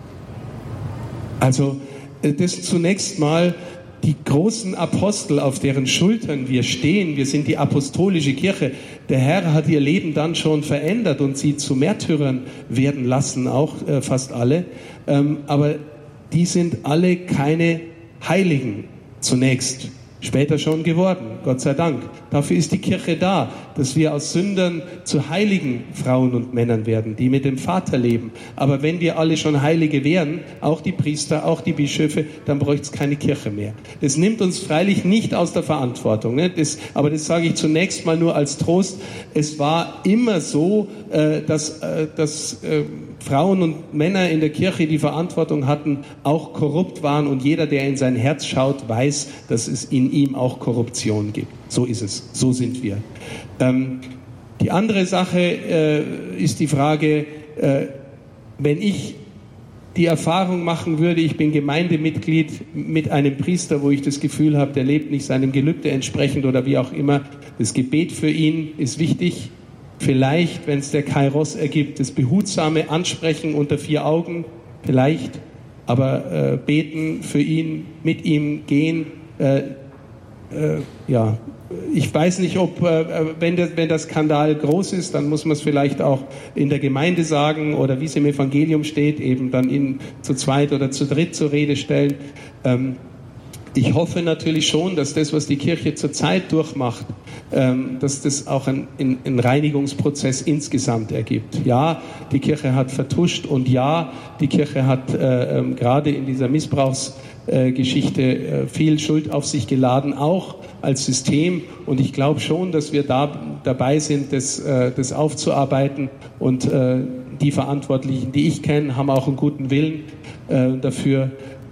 Also, das zunächst mal die großen Apostel, auf deren Schultern wir stehen. Wir sind die apostolische Kirche. Der Herr hat ihr Leben dann schon verändert und sie zu Märtyrern werden lassen, auch fast alle. Aber die sind alle keine Heiligen zunächst. Später schon geworden, Gott sei Dank. Dafür ist die Kirche da, dass wir aus Sündern zu heiligen Frauen und Männern werden, die mit dem Vater leben. Aber wenn wir alle schon Heilige wären, auch die Priester, auch die Bischöfe, dann bräuchte es keine Kirche mehr. Das nimmt uns freilich nicht aus der Verantwortung. Ne? Aber das sage ich zunächst mal nur als Trost. Es war immer so, dass Frauen und Männer in der Kirche, die Verantwortung hatten, auch korrupt waren, und jeder, der in sein Herz schaut, weiß, dass es in ihm auch Korruption gibt. So ist es, so sind wir. Die andere Sache ist die Frage, wenn ich die Erfahrung machen würde, ich bin Gemeindemitglied mit einem Priester, wo ich das Gefühl habe, der lebt nicht seinem Gelübde entsprechend oder wie auch immer, das Gebet für ihn ist wichtig. Vielleicht, wenn es der Kairos ergibt, das behutsame Ansprechen unter 4 Augen, vielleicht, aber beten für ihn, mit ihm gehen, ja. Ich weiß nicht, ob, wenn der Skandal groß ist, dann muss man es vielleicht auch in der Gemeinde sagen oder wie es im Evangelium steht, eben dann zu zweit oder zu dritt zur Rede stellen. Ich hoffe natürlich schon, dass das, was die Kirche zurzeit durchmacht, dass das auch einen Reinigungsprozess insgesamt ergibt. Ja, die Kirche hat vertuscht, und ja, die Kirche hat gerade in dieser Missbrauchsgeschichte viel Schuld auf sich geladen, auch als System. Und ich glaube schon, dass wir dabei sind, das aufzuarbeiten. Und die Verantwortlichen, die ich kenne, haben auch einen guten Willen dafür.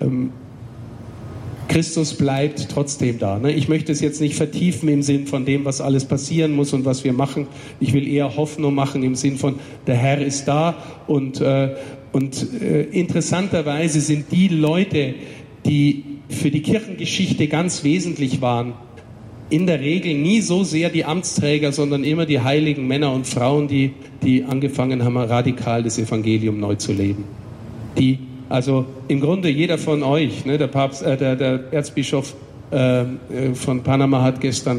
Christus bleibt trotzdem da. Ne? Ich möchte es jetzt nicht vertiefen im Sinn von dem, was alles passieren muss und was wir machen. Ich will eher Hoffnung machen im Sinn von, der Herr ist da. Und interessanterweise sind die Leute, die für die Kirchengeschichte ganz wesentlich waren, in der Regel nie so sehr die Amtsträger, sondern immer die heiligen Männer und Frauen, die angefangen haben, radikal das Evangelium neu zu leben. Also im Grunde jeder von euch, ne, der Erzbischof von Panama hat gestern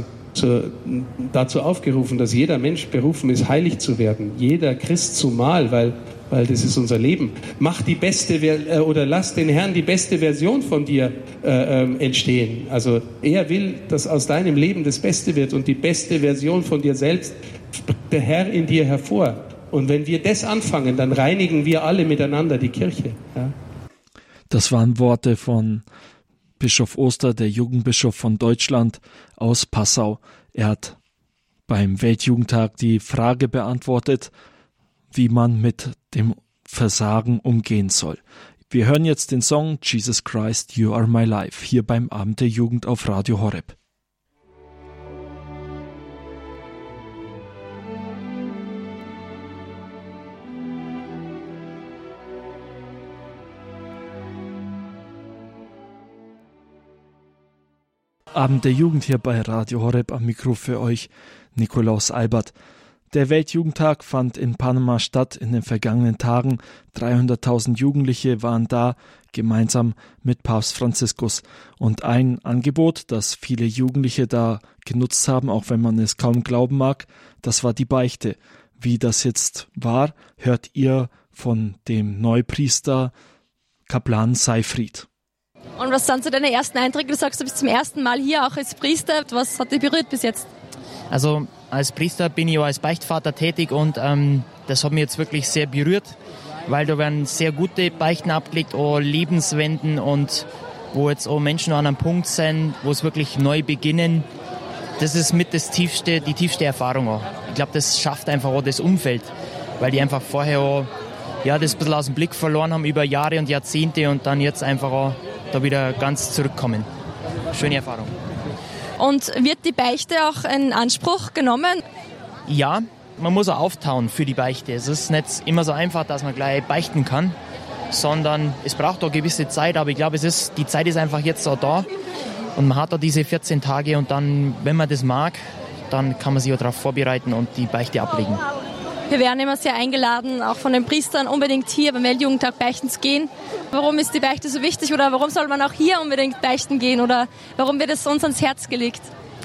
dazu aufgerufen, dass jeder Mensch berufen ist, heilig zu werden. Jeder Christ zumal, weil weil das ist unser Leben. Mach die beste oder lass den Herrn die beste Version von dir entstehen. Also er will, dass aus deinem Leben das Beste wird und die beste Version von dir selbst bringt der Herr in dir hervor. Und wenn wir das anfangen, dann reinigen wir alle miteinander die Kirche. Ja. Das waren Worte von Bischof Oster, der Jugendbischof von Deutschland aus Passau. Er hat beim Weltjugendtag die Frage beantwortet, wie man mit dem Versagen umgehen soll. Wir hören jetzt den Song Jesus Christ, You Are My Life hier beim Abend der Jugend auf Radio Horeb. Abend der Jugend hier bei Radio Horeb, am Mikro für euch Nikolaus Albert. Der Weltjugendtag fand in Panama statt in den vergangenen Tagen. 300.000 Jugendliche waren da, gemeinsam mit Papst Franziskus. Und ein Angebot, das viele Jugendliche da genutzt haben, auch wenn man es kaum glauben mag, das war die Beichte. Wie das jetzt war, hört ihr von dem Neupriester Kaplan Seifried. Und was sind so deine ersten Eindrücke? Du sagst, du bist zum ersten Mal hier, auch als Priester. Was hat dich berührt bis jetzt? Also als Priester bin ich auch als Beichtvater tätig und das hat mich jetzt wirklich sehr berührt, weil da werden sehr gute Beichten abgelegt, auch Lebenswenden und wo jetzt auch Menschen an einem Punkt sind, wo es wirklich neu beginnen. Das ist mit die tiefste Erfahrung auch. Ich glaube, das schafft einfach auch das Umfeld, weil die einfach vorher auch das ein bisschen aus dem Blick verloren haben über Jahre und Jahrzehnte und dann jetzt einfach auch da wieder ganz zurückkommen. Schöne Erfahrung. Und wird die Beichte auch in Anspruch genommen? Ja, man muss auch auftauen für die Beichte. Es ist nicht immer so einfach, dass man gleich beichten kann, sondern es braucht auch gewisse Zeit. Aber ich glaube, die Zeit ist einfach jetzt auch da und man hat da diese 14 Tage und dann, wenn man das mag, dann kann man sich auch darauf vorbereiten und die Beichte ablegen. Wir werden immer sehr eingeladen, auch von den Priestern, unbedingt hier beim Weltjugendtag beichten zu gehen. Warum ist die Beichte so wichtig oder warum soll man auch hier unbedingt beichten gehen oder warum wird es uns ans Herz gelegt?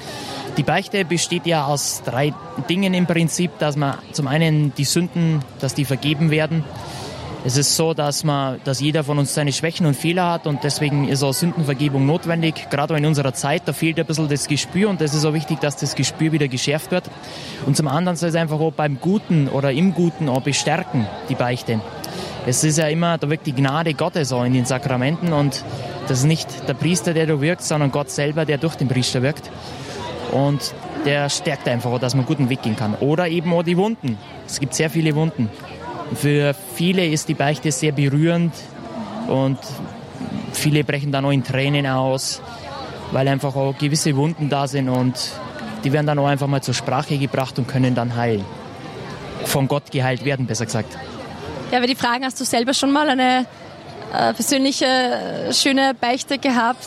Die Beichte besteht ja aus 3 Dingen im Prinzip, dass man zum einen die Sünden, dass die vergeben werden. Es ist so, dass jeder von uns seine Schwächen und Fehler hat und deswegen ist auch Sündenvergebung notwendig. Gerade auch in unserer Zeit, da fehlt ein bisschen das Gespür und es ist auch wichtig, dass das Gespür wieder geschärft wird. Und zum anderen soll es einfach auch beim Guten oder im Guten auch bestärken, die Beichte. Es ist ja immer, da wirkt die Gnade Gottes auch in den Sakramenten und das ist nicht der Priester, der da wirkt, sondern Gott selber, der durch den Priester wirkt. Und der stärkt einfach auch, dass man einen guten Weg gehen kann. Oder eben auch die Wunden. Es gibt sehr viele Wunden. Für viele ist die Beichte sehr berührend und viele brechen dann auch in Tränen aus, weil einfach auch gewisse Wunden da sind und die werden dann auch einfach mal zur Sprache gebracht und können dann heilen. Von Gott geheilt werden, besser gesagt. Ja, aber die Fragen, hast du selber schon mal eine persönliche, schöne Beichte gehabt?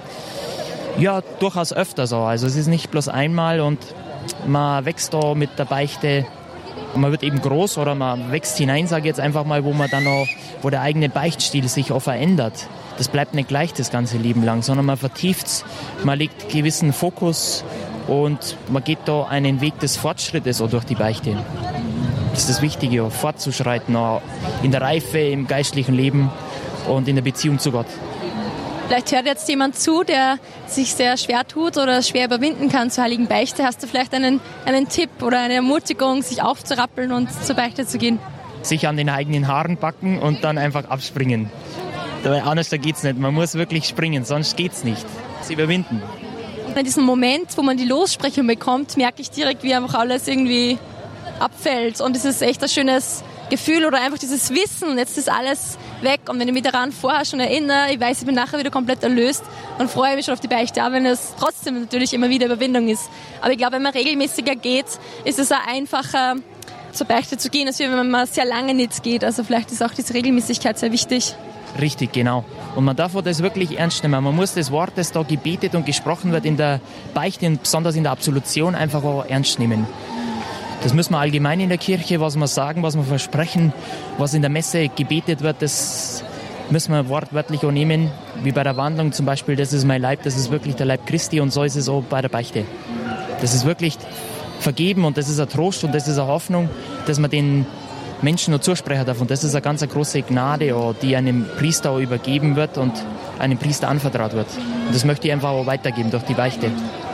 Ja, durchaus öfter so. Also es ist nicht bloß einmal und man wächst da mit der Beichte. Man wird eben groß oder man wächst hinein, sage ich jetzt einfach mal, wo der eigene Beichtstil sich auch verändert. Das bleibt nicht gleich das ganze Leben lang, sondern man vertieft es, man legt gewissen Fokus und man geht da einen Weg des Fortschrittes auch durch die Beichte. Das ist das Wichtige, auch fortzuschreiten, auch in der Reife, im geistlichen Leben und in der Beziehung zu Gott. Vielleicht hört jetzt jemand zu, der sich sehr schwer tut oder schwer überwinden kann zur Heiligen Beichte. Hast du vielleicht einen Tipp oder eine Ermutigung, sich aufzurappeln und zur Beichte zu gehen? Sich an den eigenen Haaren packen und dann einfach abspringen. Anders geht's nicht. Man muss wirklich springen, sonst geht's nicht. Das überwinden. In diesem Moment, wo man die Lossprechung bekommt, merke ich direkt, wie einfach alles irgendwie abfällt. Und es ist echt ein schönes Gefühl oder einfach dieses Wissen, jetzt ist alles weg und wenn ich mich daran vorher schon erinnere, ich weiß, ich bin nachher wieder komplett erlöst und freue mich schon auf die Beichte, auch wenn es trotzdem natürlich immer wieder Überwindung ist. Aber ich glaube, wenn man regelmäßiger geht, ist es auch einfacher, zur Beichte zu gehen, als wenn man sehr lange nicht geht. Also vielleicht ist auch diese Regelmäßigkeit sehr wichtig. Richtig, genau. Und man darf das wirklich ernst nehmen. Man muss das Wort, das da gebetet und gesprochen wird in der Beichte und besonders in der Absolution einfach auch ernst nehmen. Das müssen wir allgemein in der Kirche, was wir sagen, was wir versprechen, was in der Messe gebetet wird, das müssen wir wortwörtlich auch nehmen, wie bei der Wandlung zum Beispiel, das ist mein Leib, das ist wirklich der Leib Christi und so ist es auch bei der Beichte. Das ist wirklich vergeben und das ist ein Trost und das ist eine Hoffnung, dass man den Menschen noch zusprechen darf. Und das ist eine ganz große Gnade, die einem Priester auch übergeben wird und einem Priester anvertraut wird. Und das möchte ich einfach auch weitergeben durch die Beichte.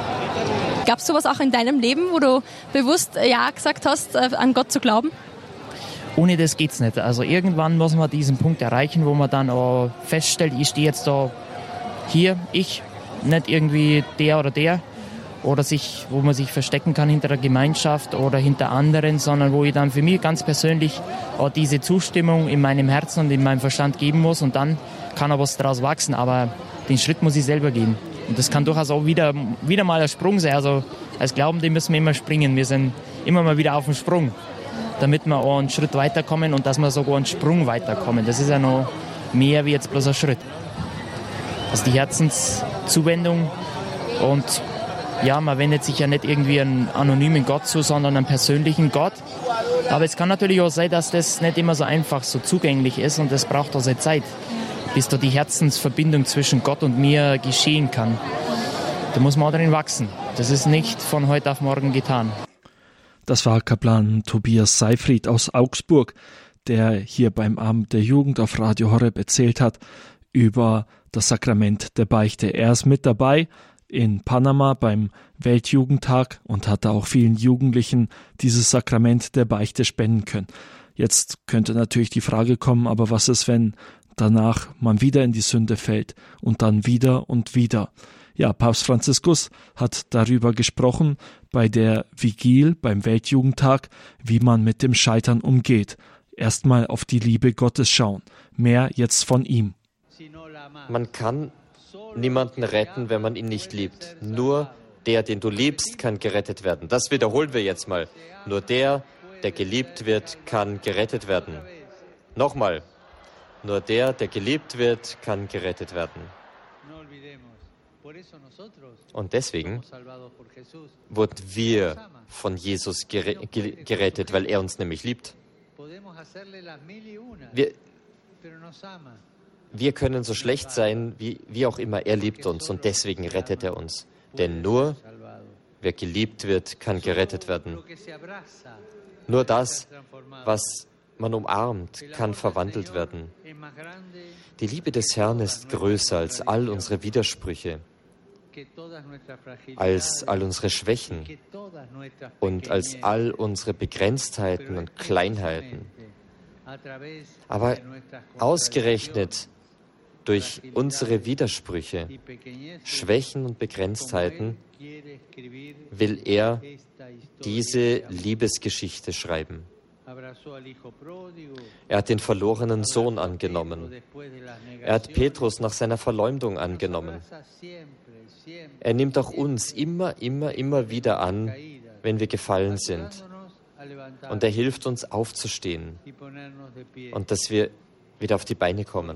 Gab es sowas auch in deinem Leben, wo du bewusst Ja gesagt hast, an Gott zu glauben? Ohne das geht's nicht. Also irgendwann muss man diesen Punkt erreichen, wo man dann auch feststellt, ich stehe jetzt da hier, ich, nicht irgendwie der oder der. Oder wo man sich verstecken kann hinter der Gemeinschaft oder hinter anderen, sondern wo ich dann für mich ganz persönlich auch diese Zustimmung in meinem Herzen und in meinem Verstand geben muss und dann kann auch was daraus wachsen, aber den Schritt muss ich selber gehen. Und das kann durchaus auch wieder mal ein Sprung sein. Also als Glaubende müssen wir immer springen, wir sind immer mal wieder auf dem Sprung, damit wir auch einen Schritt weiterkommen und dass wir sogar einen Sprung weiterkommen. Das ist ja noch mehr wie jetzt bloß ein Schritt. Also die Herzenszuwendung und ja, man wendet sich ja nicht irgendwie einen anonymen Gott zu, sondern einen persönlichen Gott. Aber es kann natürlich auch sein, dass das nicht immer so einfach so zugänglich ist und es braucht auch seine Zeit, bis da die Herzensverbindung zwischen Gott und mir geschehen kann. Da muss man auch drin wachsen. Das ist nicht von heute auf morgen getan. Das war Kaplan Tobias Seyfried aus Augsburg, der hier beim Abend der Jugend auf Radio Horeb erzählt hat über das Sakrament der Beichte. Er ist mit dabei in Panama beim Weltjugendtag und hat da auch vielen Jugendlichen dieses Sakrament der Beichte spenden können. Jetzt könnte natürlich die Frage kommen, aber was ist, wenn danach man wieder in die Sünde fällt und dann wieder und wieder? Ja, Papst Franziskus hat darüber gesprochen bei der Vigil beim Weltjugendtag, wie man mit dem Scheitern umgeht. Erstmal auf die Liebe Gottes schauen. Mehr jetzt von ihm. Man kann niemanden retten, wenn man ihn nicht liebt. Nur der, den du liebst, kann gerettet werden. Das wiederholen wir jetzt mal. Nur der geliebt wird, kann gerettet werden. Nochmal. Nur der geliebt wird, kann gerettet werden. Und deswegen wurden wir von Jesus gerettet, weil er uns nämlich liebt. Wir können so schlecht sein, wie auch immer, er liebt uns und deswegen rettet er uns. Denn nur wer geliebt wird, kann gerettet werden. Nur das, was man umarmt, kann verwandelt werden. Die Liebe des Herrn ist größer als all unsere Widersprüche, als all unsere Schwächen und als all unsere Begrenztheiten und Kleinheiten. Aber ausgerechnet durch unsere Widersprüche, Schwächen und Begrenztheiten will er diese Liebesgeschichte schreiben. Er hat den verlorenen Sohn angenommen. Er hat Petrus nach seiner Verleumdung angenommen. Er nimmt auch uns immer wieder an, wenn wir gefallen sind. Und er hilft uns aufzustehen und dass wir wieder auf die Beine kommen.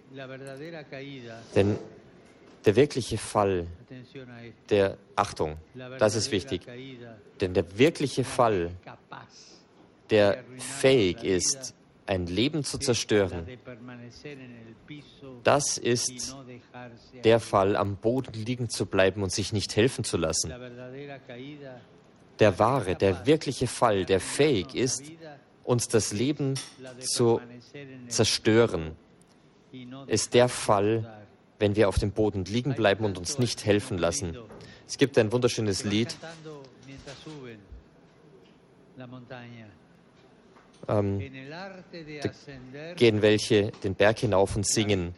Denn der wirkliche Fall, Achtung, das ist wichtig, denn der wirkliche Fall, der fähig ist, ein Leben zu zerstören, das ist der Fall, am Boden liegen zu bleiben und sich nicht helfen zu lassen. Der wirkliche Fall, der fähig ist, uns das Leben zu zerstören, ist der Fall, wenn wir auf dem Boden liegen bleiben und uns nicht helfen lassen. Es gibt ein wunderschönes Lied, da gehen welche den Berg hinauf und singen.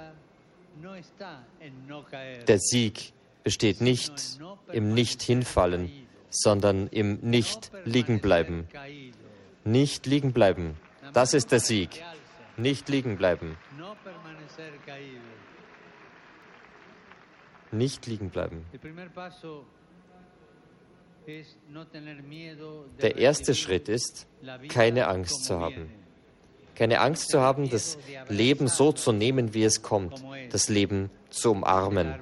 Der Sieg besteht nicht im Nicht-Hinfallen, sondern im Nicht-Liegenbleiben. Nicht liegen bleiben. Das ist der Sieg. Nicht liegen bleiben. Nicht liegen bleiben. Der erste Schritt ist, keine Angst zu haben. Keine Angst zu haben, das Leben so zu nehmen, wie es kommt. Das Leben zu umarmen.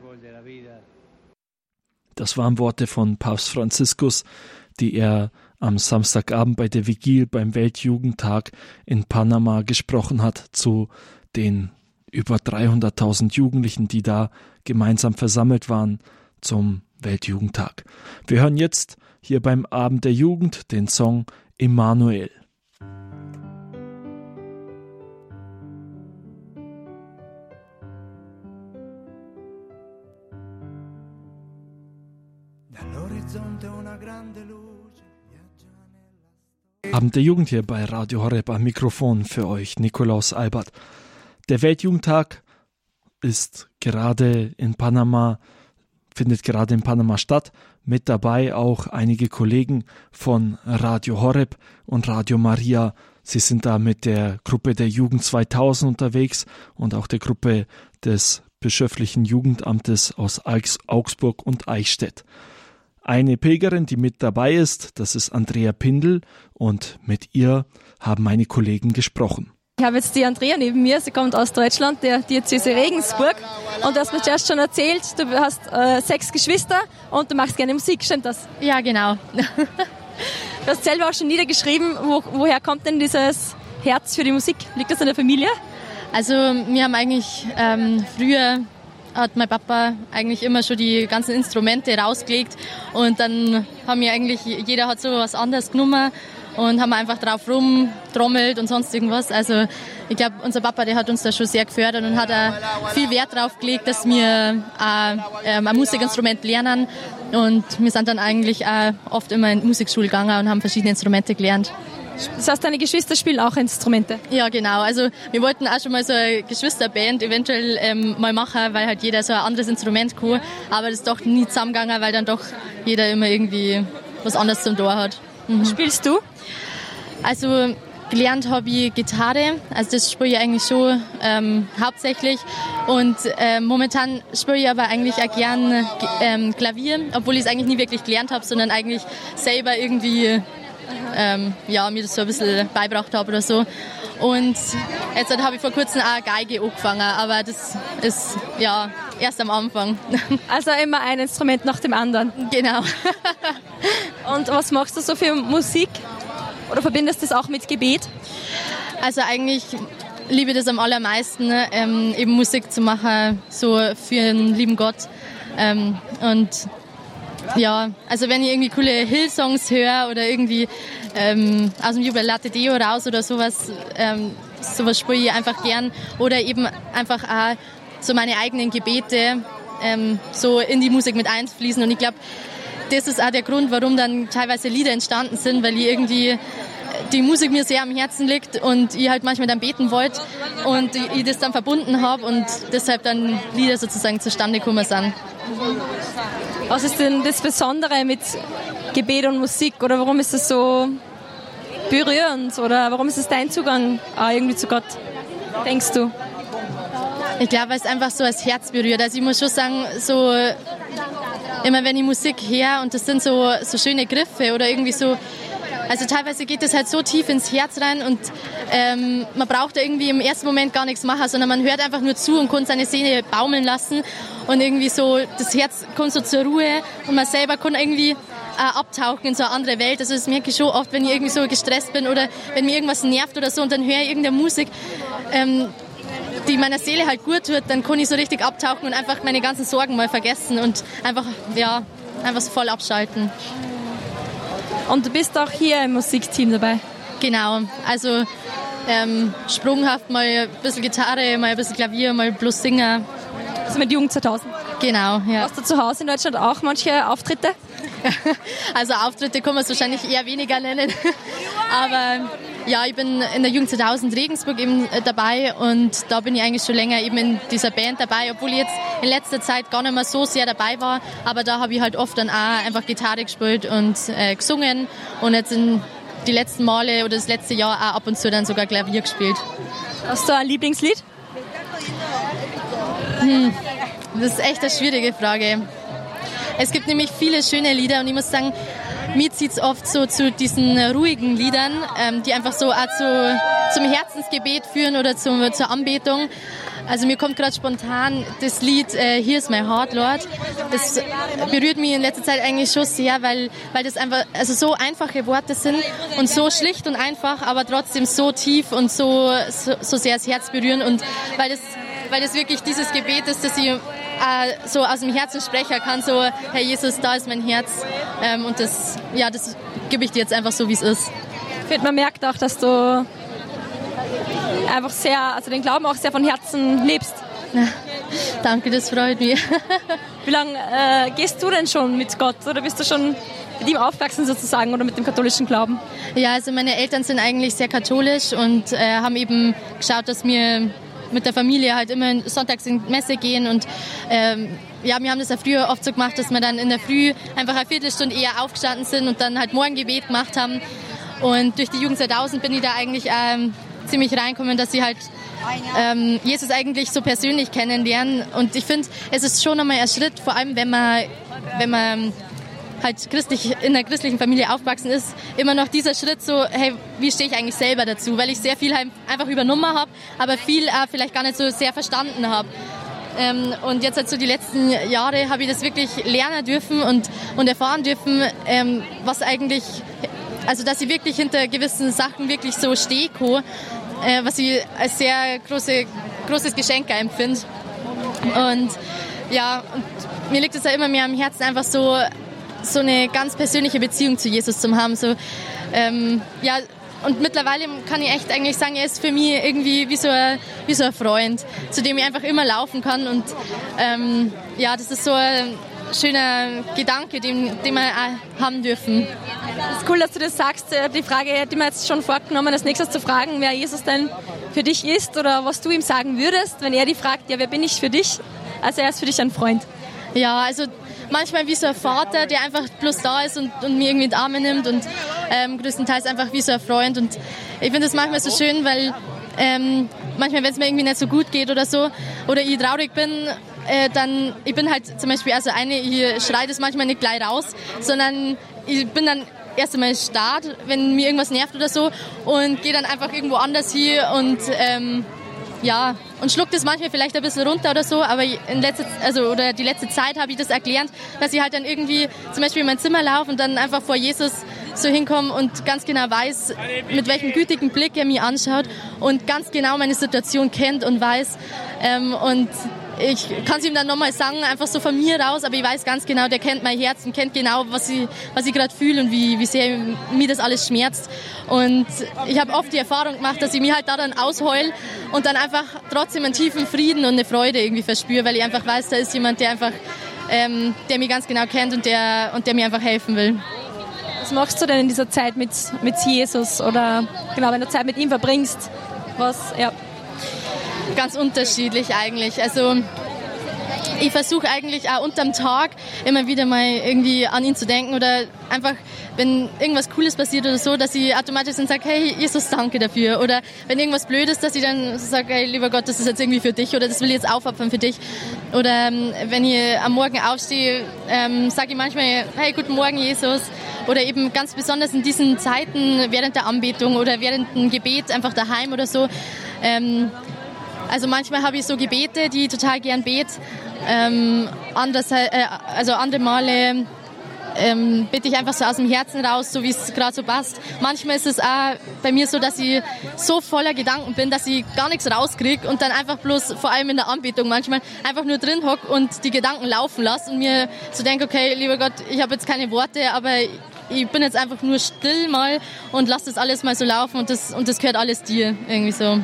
Das waren Worte von Papst Franziskus, die er am Samstagabend bei der Vigil beim Weltjugendtag in Panama gesprochen hat zu den über 300.000 Jugendlichen, die da gemeinsam versammelt waren zum Weltjugendtag. Wir hören jetzt hier beim Abend der Jugend den Song Immanuel. Abend der Jugend hier bei Radio Horeb, am Mikrofon für euch Nikolaus Albert. Der Weltjugendtag findet gerade in Panama statt. Mit dabei auch einige Kollegen von Radio Horeb und Radio Maria. Sie sind da mit der Gruppe der Jugend 2000 unterwegs und auch der Gruppe des bischöflichen Jugendamtes aus Augsburg und Eichstätt. Eine Pilgerin, die mit dabei ist, das ist Andrea Pindel, und mit ihr haben meine Kollegen gesprochen. Ich habe jetzt die Andrea neben mir, sie kommt aus Deutschland, der Diözese Regensburg, und du hast mir zuerst schon erzählt, du hast 6 Geschwister und du machst gerne Musik, stimmt das? Ja, genau. Du hast selber auch schon niedergeschrieben, woher kommt denn dieses Herz für die Musik? Liegt das in der Familie? Also wir haben eigentlich früher hat mein Papa eigentlich immer schon die ganzen Instrumente rausgelegt und dann haben wir eigentlich, jeder hat so was anderes genommen und haben einfach drauf rumtrommelt und sonst irgendwas. Also ich glaube, unser Papa, der hat uns da schon sehr gefördert und hat auch viel Wert drauf gelegt, dass wir ein Musikinstrument lernen, und wir sind dann eigentlich auch oft immer in die Musikschule gegangen und haben verschiedene Instrumente gelernt. Das heißt, deine Geschwister spielen auch Instrumente? Ja, genau. Also wir wollten auch schon mal so eine Geschwisterband eventuell mal machen, weil halt jeder so ein anderes Instrument kann. Aber das ist doch nie zusammengegangen, weil dann doch jeder immer irgendwie was anderes zum Tun hat. Mhm. Spielst du? Also gelernt habe ich Gitarre, also das spiele ich eigentlich schon hauptsächlich. Und momentan spiele ich aber eigentlich auch gern Klavier, obwohl ich es eigentlich nie wirklich gelernt habe, sondern eigentlich selber irgendwie mir das so ein bisschen beigebracht habe oder so. Und jetzt habe ich vor kurzem auch Geige angefangen, aber das ist ja erst am Anfang. Also immer ein Instrument nach dem anderen. Genau. Und was machst du so für Musik? Oder verbindest du das auch mit Gebet? Also eigentlich liebe ich das am allermeisten, eben Musik zu machen, so für den lieben Gott. Und ja, also wenn ich irgendwie coole Hillsongs höre oder irgendwie aus dem Jubilate Deo raus oder sowas, sowas spiele ich einfach gern. Oder eben einfach auch so meine eigenen Gebete so in die Musik mit einfließen. Und ich glaube, das ist auch der Grund, warum dann teilweise Lieder entstanden sind, weil ich irgendwie die Musik mir sehr am Herzen liegt und ich halt manchmal dann beten wollte und ich das dann verbunden habe und deshalb dann Lieder sozusagen zustande gekommen sind. Was ist denn das Besondere mit Gebet und Musik, oder warum ist das so berührend, oder warum ist es dein Zugang irgendwie zu Gott, denkst du? Ich glaube, weil es einfach so das Herz berührt. Also ich muss schon sagen, so immer wenn ich Musik höre und das sind so schöne Griffe oder irgendwie so, also teilweise geht das halt so tief ins Herz rein und man braucht da irgendwie im ersten Moment gar nichts machen, sondern man hört einfach nur zu und kann seine Seele baumeln lassen und irgendwie so, das Herz kommt so zur Ruhe und man selber kann irgendwie abtauchen in so eine andere Welt. Also das merke ich schon oft, wenn ich irgendwie so gestresst bin oder wenn mir irgendwas nervt oder so und dann höre ich irgendeine Musik, die meiner Seele halt gut tut, dann kann ich so richtig abtauchen und einfach meine ganzen Sorgen mal vergessen und einfach so voll abschalten. Und du bist auch hier im Musikteam dabei? Genau, also sprunghaft mal ein bisschen Gitarre, mal ein bisschen Klavier, mal bloß singen. Also mit Jugend 2000? Genau, ja. Hast du zu Hause in Deutschland auch manche Auftritte? Also Auftritte kann man es wahrscheinlich eher weniger nennen. Aber ja, ich bin in der Jugend 2000 Regensburg eben dabei und da bin ich eigentlich schon länger eben in dieser Band dabei, obwohl ich jetzt in letzter Zeit gar nicht mehr so sehr dabei war. Aber da habe ich halt oft dann auch einfach Gitarre gespielt und gesungen und jetzt in die letzten Male oder das letzte Jahr auch ab und zu dann sogar Klavier gespielt. Hast du ein Lieblingslied? Das ist echt eine schwierige Frage. Es gibt nämlich viele schöne Lieder und ich muss sagen, mir zieht es oft so zu diesen ruhigen Liedern, die einfach so auch zum Herzensgebet führen oder zur Anbetung. Also mir kommt gerade spontan das Lied Here's My Heart, Lord. Das berührt mich in letzter Zeit eigentlich schon sehr, weil das einfach so einfache Worte sind und so schlicht und einfach, aber trotzdem so tief und so sehr das Herz berühren und weil das wirklich dieses Gebet ist, das ich so aus dem Herzen sprechen kann, so, Herr Jesus, da ist mein Herz und das gebe ich dir jetzt einfach so, wie es ist. Ich finde, man merkt auch, dass du einfach sehr, also den Glauben auch sehr von Herzen lebst. Danke, das freut mich. Wie lange gehst du denn schon mit Gott oder bist du schon mit ihm aufgewachsen sozusagen oder mit dem katholischen Glauben? Ja, also meine Eltern sind eigentlich sehr katholisch und haben eben geschaut, dass wir mit der Familie halt immer sonntags in die Messe gehen und wir haben das ja früher oft so gemacht, dass wir dann in der Früh einfach eine Viertelstunde eher aufgestanden sind und dann halt Morgengebet gemacht haben. Und durch die Jugend 2000 bin ich da eigentlich ziemlich reingekommen, dass sie halt Jesus eigentlich so persönlich kennenlernen. Und ich finde, es ist schon einmal ein Schritt, vor allem wenn man halt in der christlichen Familie aufgewachsen ist, immer noch dieser Schritt so, hey, wie stehe ich eigentlich selber dazu? Weil ich sehr viel halt einfach übernommen habe, aber viel vielleicht gar nicht so sehr verstanden habe. Und jetzt halt so die letzten Jahre habe ich das wirklich lernen dürfen und erfahren dürfen, was eigentlich, also dass ich wirklich hinter gewissen Sachen wirklich so stehe, was ich als sehr großes Geschenk empfinde. Und ja, und mir liegt es ja immer mehr am Herzen, einfach so eine ganz persönliche Beziehung zu Jesus zu haben. So, ja, und mittlerweile kann ich echt eigentlich sagen, er ist für mich irgendwie wie so ein Freund, zu dem ich einfach immer laufen kann. Und ja, das ist so ein schöner Gedanke, den wir auch haben dürfen. Das ist cool, dass du das sagst. Die Frage hätte ich mir jetzt schon vorgenommen, als nächstes zu fragen, wer Jesus denn für dich ist oder was du ihm sagen würdest, wenn er dich fragt, ja, wer bin ich für dich? Also er ist für dich ein Freund. Ja, also manchmal wie so ein Vater, der einfach bloß da ist und mir irgendwie in die Arme nimmt und größtenteils einfach wie so ein Freund. Und ich finde das manchmal so schön, weil manchmal, wenn es mir irgendwie nicht so gut geht oder so oder ich traurig bin, dann, ich bin halt zum Beispiel also ich schreie das manchmal nicht gleich raus, sondern ich bin dann erst einmal stark, wenn mir irgendwas nervt oder so und gehe dann einfach irgendwo anders hin und ja, und schluckt das manchmal vielleicht ein bisschen runter oder so, aber die letzte Zeit habe ich das erklärt, dass ich halt dann irgendwie zum Beispiel in mein Zimmer laufe und dann einfach vor Jesus so hinkomme und ganz genau weiß, mit welchem gütigen Blick er mich anschaut und ganz genau meine Situation kennt und weiß. Und ich kann es ihm dann nochmal sagen, einfach so von mir raus, aber ich weiß ganz genau, der kennt mein Herz und kennt genau, was ich gerade fühle und wie sehr mir das alles schmerzt. Und ich habe oft die Erfahrung gemacht, dass ich mich halt da dann ausheule und dann einfach trotzdem einen tiefen Frieden und eine Freude irgendwie verspüre, weil ich einfach weiß, da ist jemand, der einfach, der mich ganz genau kennt und der mir einfach helfen will. Was machst du denn in dieser Zeit mit Jesus oder genau, wenn du Zeit mit ihm verbringst? Ganz unterschiedlich eigentlich. Also ich versuche eigentlich auch unterm Tag immer wieder mal irgendwie an ihn zu denken oder einfach, wenn irgendwas Cooles passiert oder so, dass ich automatisch dann sage, hey Jesus, danke dafür. Oder wenn irgendwas Blödes, dass ich dann sage, hey lieber Gott, das ist jetzt irgendwie für dich oder das will ich jetzt aufopfern für dich. Oder wenn ich am Morgen aufstehe, sage ich manchmal, hey guten Morgen Jesus. Oder eben ganz besonders in diesen Zeiten während der Anbetung oder während dem Gebet einfach daheim oder so. Also manchmal habe ich so Gebete, die ich total gern bete. Andere Male bitte ich einfach so aus dem Herzen raus, so wie es gerade so passt. Manchmal ist es auch bei mir so, dass ich so voller Gedanken bin, dass ich gar nichts rauskriege und dann einfach bloß, vor allem in der Anbetung manchmal, einfach nur drin hocke und die Gedanken laufen lasse und mir so denke, okay, lieber Gott, ich habe jetzt keine Worte, aber ich bin jetzt einfach nur still mal und lasse das alles mal so laufen und das gehört alles dir, irgendwie so.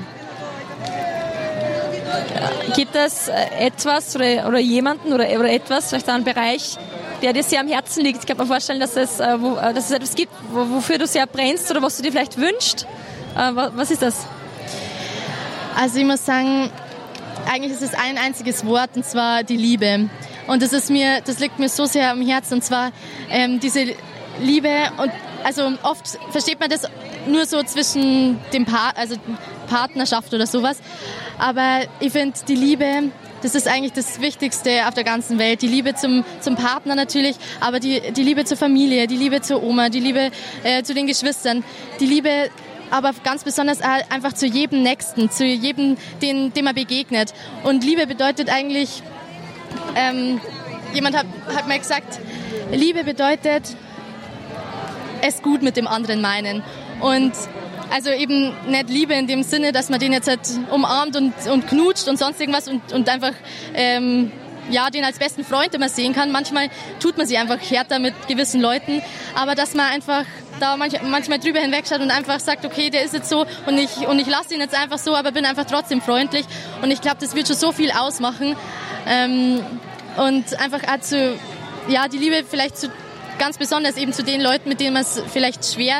Gibt es etwas oder jemanden oder etwas, vielleicht einen Bereich, der dir sehr am Herzen liegt? Ich kann mir vorstellen, dass es etwas gibt, wofür du sehr brennst oder was du dir vielleicht wünschst. Was ist das? Also ich muss sagen, eigentlich ist es ein einziges Wort und zwar die Liebe. Und das liegt mir so sehr am Herzen und zwar diese Liebe und also oft versteht man das nur so zwischen dem Partnerschaft oder sowas. Aber ich finde, die Liebe, das ist eigentlich das Wichtigste auf der ganzen Welt. Die Liebe zum Partner natürlich, aber die Liebe zur Familie, die Liebe zur Oma, die Liebe zu den Geschwistern, die Liebe aber ganz besonders einfach zu jedem Nächsten, zu jedem, dem man begegnet. Und Liebe bedeutet eigentlich, jemand hat mal gesagt, Liebe bedeutet, es gut mit dem anderen meinen. Und also eben nicht Liebe in dem Sinne, dass man den jetzt halt umarmt und knutscht und sonst irgendwas und einfach den als besten Freund immer sehen kann. Manchmal tut man sich einfach härter mit gewissen Leuten, aber dass man einfach da manchmal drüber hinwegschaut und einfach sagt, okay, der ist jetzt so und ich lasse ihn jetzt einfach so, aber bin einfach trotzdem freundlich. Und ich glaube, das wird schon so viel ausmachen. und einfach auch die Liebe vielleicht ganz besonders eben zu den Leuten, mit denen man es vielleicht schwer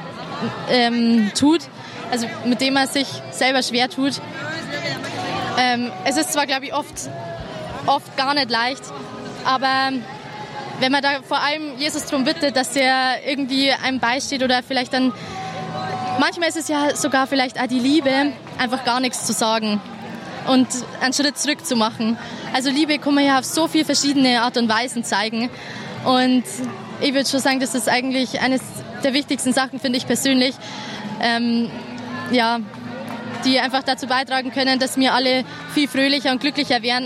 tut, also mit denen man sich selber schwer tut. Es ist zwar, glaube ich, oft gar nicht leicht, aber wenn man da vor allem Jesus darum bittet, dass er irgendwie einem beisteht oder vielleicht dann, manchmal ist es ja sogar vielleicht auch die Liebe, einfach gar nichts zu sagen und einen Schritt zurück zu machen. Also Liebe kann man ja auf so viele verschiedene Art und Weisen zeigen und ich würde schon sagen, das ist eigentlich eines der wichtigsten Sachen, finde ich persönlich, die einfach dazu beitragen können, dass wir alle viel fröhlicher und glücklicher werden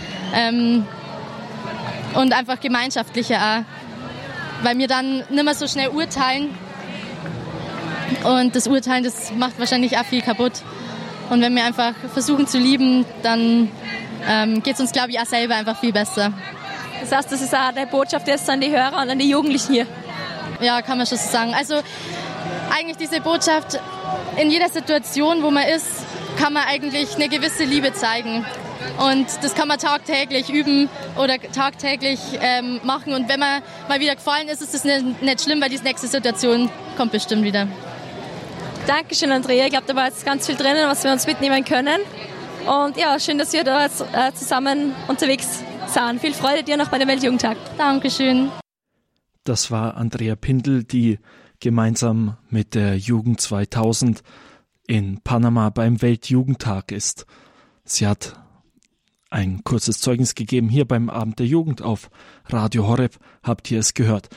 und einfach gemeinschaftlicher auch, weil wir dann nicht mehr so schnell urteilen und das Urteilen, das macht wahrscheinlich auch viel kaputt und wenn wir einfach versuchen zu lieben, dann geht es uns, glaube ich, auch selber einfach viel besser. Das heißt, das ist auch eine Botschaft jetzt an die Hörer und an die Jugendlichen hier. Ja, kann man schon so sagen. Also eigentlich diese Botschaft, in jeder Situation, wo man ist, kann man eigentlich eine gewisse Liebe zeigen. Und das kann man tagtäglich üben oder tagtäglich machen. Und wenn man mal wieder gefallen ist, ist das nicht schlimm, weil die nächste Situation kommt bestimmt wieder. Dankeschön, Andrea. Ich glaube, da war jetzt ganz viel drinnen, was wir uns mitnehmen können. Und ja, schön, dass wir da jetzt, zusammen unterwegs sind. Viel Freude dir noch bei dem Weltjugendtag. Dankeschön. Das war Andrea Pindl, die gemeinsam mit der Jugend 2000 in Panama beim Weltjugendtag ist. Sie hat ein kurzes Zeugnis gegeben hier beim Abend der Jugend auf Radio Horeb, habt ihr es gehört.